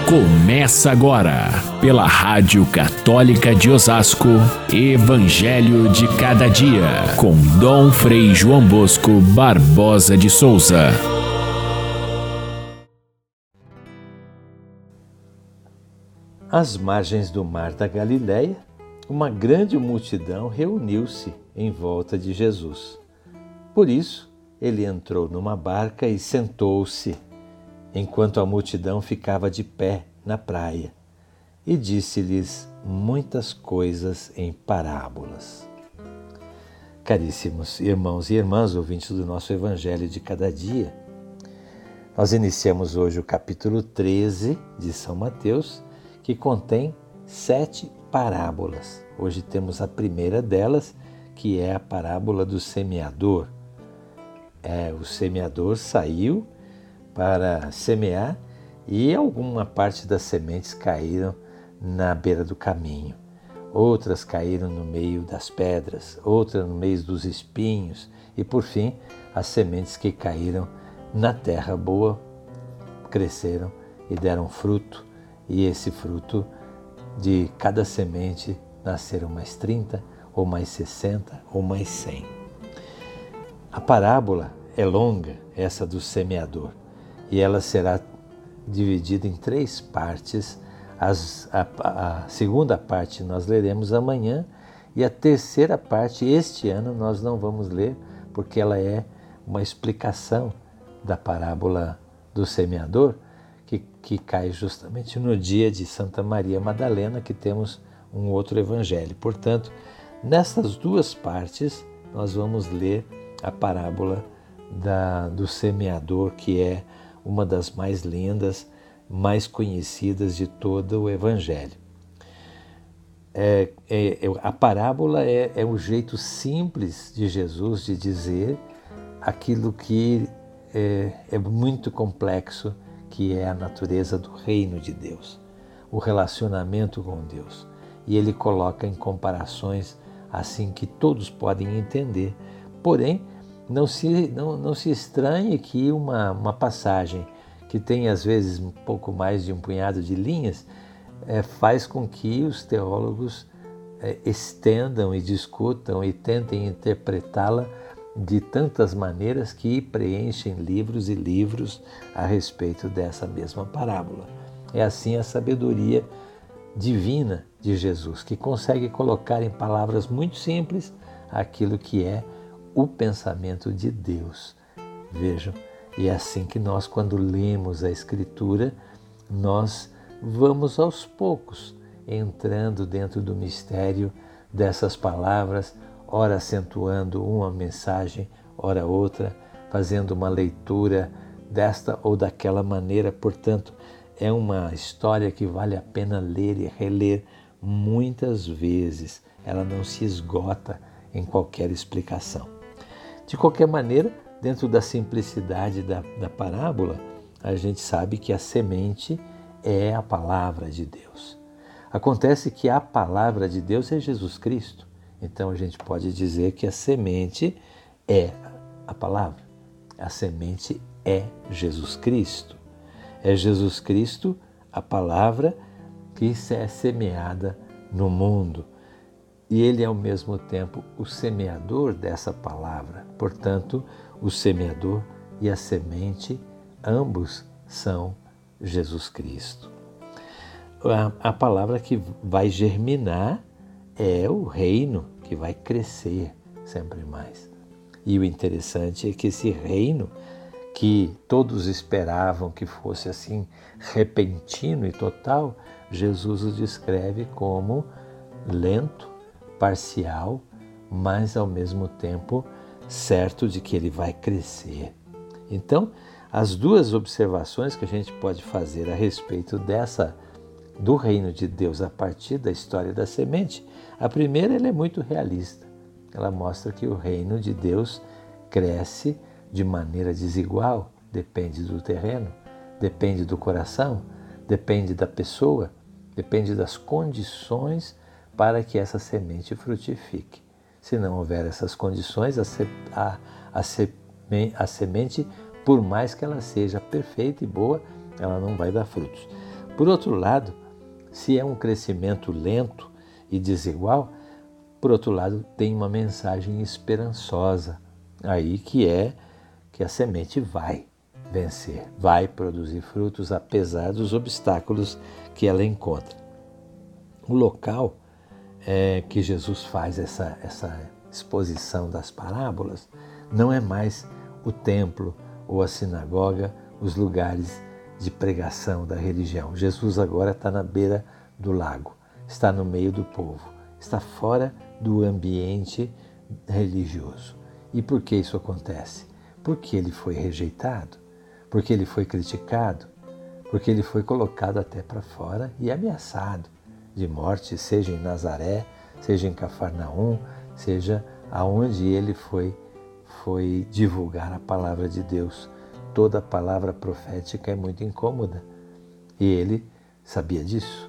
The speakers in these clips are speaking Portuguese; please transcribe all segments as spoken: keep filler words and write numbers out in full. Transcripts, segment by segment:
Começa agora, pela Rádio Católica de Osasco, Evangelho de Cada Dia, com Dom Frei João Bosco Barbosa de Souza. Às margens do Mar da Galileia, uma grande multidão reuniu-se em volta de Jesus. Por isso, ele entrou numa barca e sentou-se, enquanto a multidão ficava de pé na praia, e disse-lhes muitas coisas em parábolas. Caríssimos irmãos e irmãs, ouvintes do nosso Evangelho de Cada Dia, nós iniciamos hoje o capítulo treze de São Mateus, que contém sete parábolas. Hoje temos a primeira delas, que é a parábola do semeador. É, o semeador saiu para semear e alguma parte das sementes caíram na beira do caminho. Outras caíram no meio das pedras, outras no meio dos espinhos e, por fim, as sementes que caíram na terra boa cresceram e deram fruto, e esse fruto de cada semente nasceram mais trinta, ou mais sessenta, ou mais cem. A parábola é longa, essa do semeador, e ela será dividida em três partes. As, a, a segunda parte nós leremos amanhã, e a terceira parte este ano nós não vamos ler, porque ela é uma explicação da parábola do semeador, que, que cai justamente no dia de Santa Maria Madalena, que temos um outro evangelho. Portanto, nessas duas partes nós vamos ler a parábola da, do semeador, que é uma das mais lindas, mais conhecidas de todo o Evangelho. É, é, a parábola é, é um jeito simples de Jesus de dizer aquilo que é, é muito complexo, que é a natureza do reino de Deus, o relacionamento com Deus. E ele coloca em comparações assim que todos podem entender. Porém, Não se, não, não se estranhe que uma, uma passagem que tem às vezes um pouco mais de um punhado de linhas é, faz com que os teólogos é, estendam e discutam e tentem interpretá-la de tantas maneiras que preenchem livros e livros a respeito dessa mesma parábola. É assim a sabedoria divina de Jesus, que consegue colocar em palavras muito simples aquilo que é o pensamento de Deus. Vejam, e é assim que nós, quando lemos a Escritura, nós vamos aos poucos entrando dentro do mistério dessas palavras, ora acentuando uma mensagem, ora outra, fazendo uma leitura desta ou daquela maneira. Portanto, é uma história que vale a pena ler e reler muitas vezes. Ela não se esgota em qualquer explicação. De qualquer maneira, dentro da simplicidade da, da parábola, a gente sabe que a semente é a palavra de Deus. Acontece que a palavra de Deus é Jesus Cristo. Então a gente pode dizer que a semente é a palavra. A semente é Jesus Cristo. É Jesus Cristo, a palavra que é semeada no mundo. E ele é ao mesmo tempo o semeador dessa palavra. Portanto, o semeador e a semente, ambos são Jesus Cristo. A, a palavra que vai germinar é o reino, que vai crescer sempre mais. E o interessante é que esse reino, que todos esperavam que fosse assim repentino e total, Jesus o descreve como lento, parcial, mas ao mesmo tempo certo de que ele vai crescer. Então, as duas observações que a gente pode fazer a respeito dessa do reino de Deus a partir da história da semente, a primeira ela é muito realista. Ela mostra que o reino de Deus cresce de maneira desigual, depende do terreno, depende do coração, depende da pessoa, depende das condições para que essa semente frutifique. Se não houver essas condições, a, se, a, a, seme, a semente, por mais que ela seja perfeita e boa, ela não vai dar frutos. Por outro lado, se é um crescimento lento e desigual, por outro lado, tem uma mensagem esperançosa aí que é que a semente vai vencer, vai produzir frutos apesar dos obstáculos que ela encontra. O local é, que Jesus faz essa, essa exposição das parábolas não é mais o templo ou a sinagoga, os lugares de pregação da religião. Jesus agora está na beira do lago, está no meio do povo, está fora do ambiente religioso. E por que isso acontece? Porque ele foi rejeitado, porque ele foi criticado, porque ele foi colocado até para fora e ameaçado de morte, seja em Nazaré, seja em Cafarnaum, seja aonde ele foi, foi divulgar a palavra de Deus. Toda palavra profética é muito incômoda e ele sabia disso.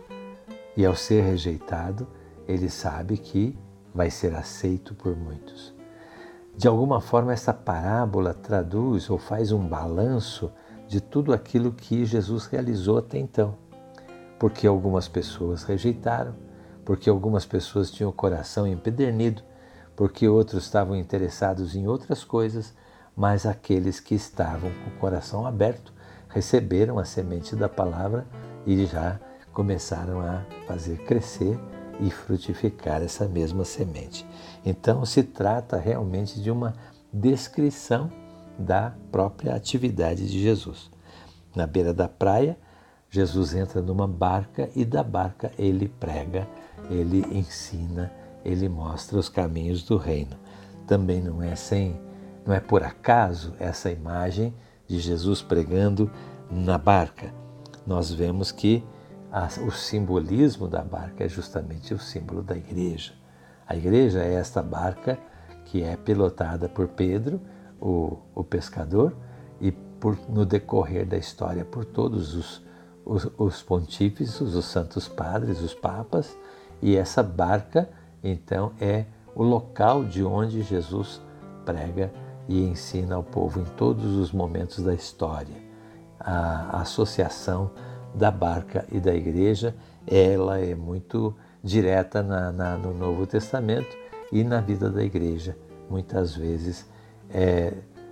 E ao ser rejeitado, ele sabe que vai ser aceito por muitos. De alguma forma, essa parábola traduz ou faz um balanço de tudo aquilo que Jesus realizou até então. Porque algumas pessoas rejeitaram, porque algumas pessoas tinham o coração empedernido, porque outros estavam interessados em outras coisas, mas aqueles que estavam com o coração aberto receberam a semente da palavra e já começaram a fazer crescer e frutificar essa mesma semente. Então se trata realmente de uma descrição da própria atividade de Jesus. Na beira da praia, Jesus entra numa barca e da barca ele prega, ele ensina, ele mostra os caminhos do reino. Também não é sem, não é por acaso essa imagem de Jesus pregando na barca. Nós vemos que a, o simbolismo da barca é justamente o símbolo da igreja. A igreja é esta barca que é pilotada por Pedro, o, o pescador, e por, no decorrer da história por todos os, os, os pontífices, os santos padres, os papas, e essa barca, então, é o local de onde Jesus prega e ensina ao povo em todos os momentos da história. A, a associação da barca e da igreja, ela é muito direta na, na, no Novo Testamento e na vida da igreja. Muitas vezes é,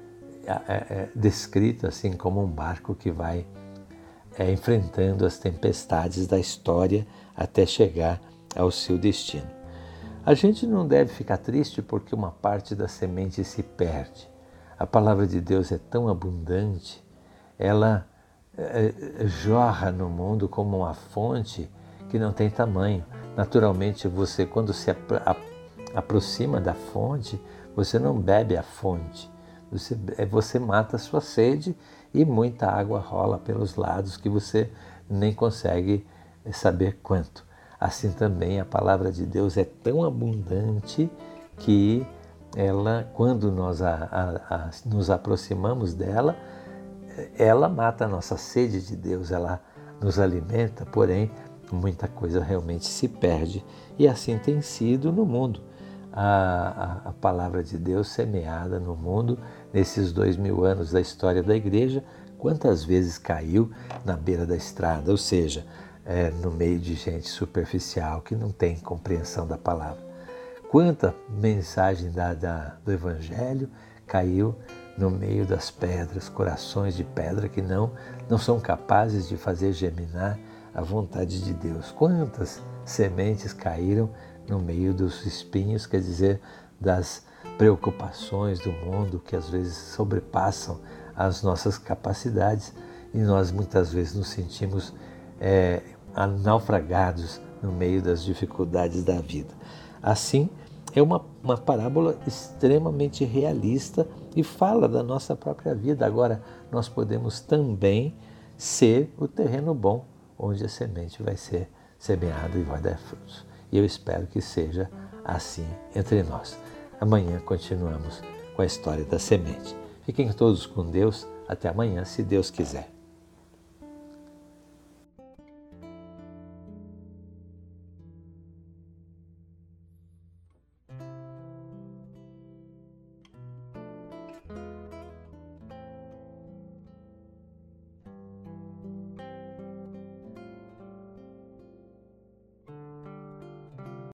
é, é descrita assim como um barco que vai é, enfrentando as tempestades da história até chegar ao seu destino. A gente não deve ficar triste porque uma parte da semente se perde. A palavra de Deus é tão abundante, ela é, jorra no mundo como uma fonte que não tem tamanho. Naturalmente, você, quando se apro- aproxima da fonte, você não bebe a fonte, você, você mata a sua sede e muita água rola pelos lados que você nem consegue saber quanto. Assim também a palavra de Deus é tão abundante que ela, quando nós a, a, a, nos aproximamos dela, ela mata a nossa sede de Deus, ela nos alimenta, porém muita coisa realmente se perde. E assim tem sido no mundo. A, a, a palavra de Deus semeada no mundo, nesses dois mil anos da história da igreja, quantas vezes caiu na beira da estrada, ou seja, é, no meio de gente superficial que não tem compreensão da palavra. Quanta mensagem da, da, do Evangelho caiu no meio das pedras, corações de pedra que não, não são capazes de fazer germinar a vontade de Deus. Quantas sementes caíram no meio dos espinhos, quer dizer, das preocupações do mundo que às vezes sobrepassam as nossas capacidades e nós muitas vezes nos sentimos é, naufragados no meio das dificuldades da vida. Assim, é uma, uma parábola extremamente realista e fala da nossa própria vida. Agora, nós podemos também ser o terreno bom, onde a semente vai ser semeada e vai dar frutos. E eu espero que seja assim entre nós. Amanhã continuamos com a história da semente. Fiquem todos com Deus. Até amanhã, se Deus quiser.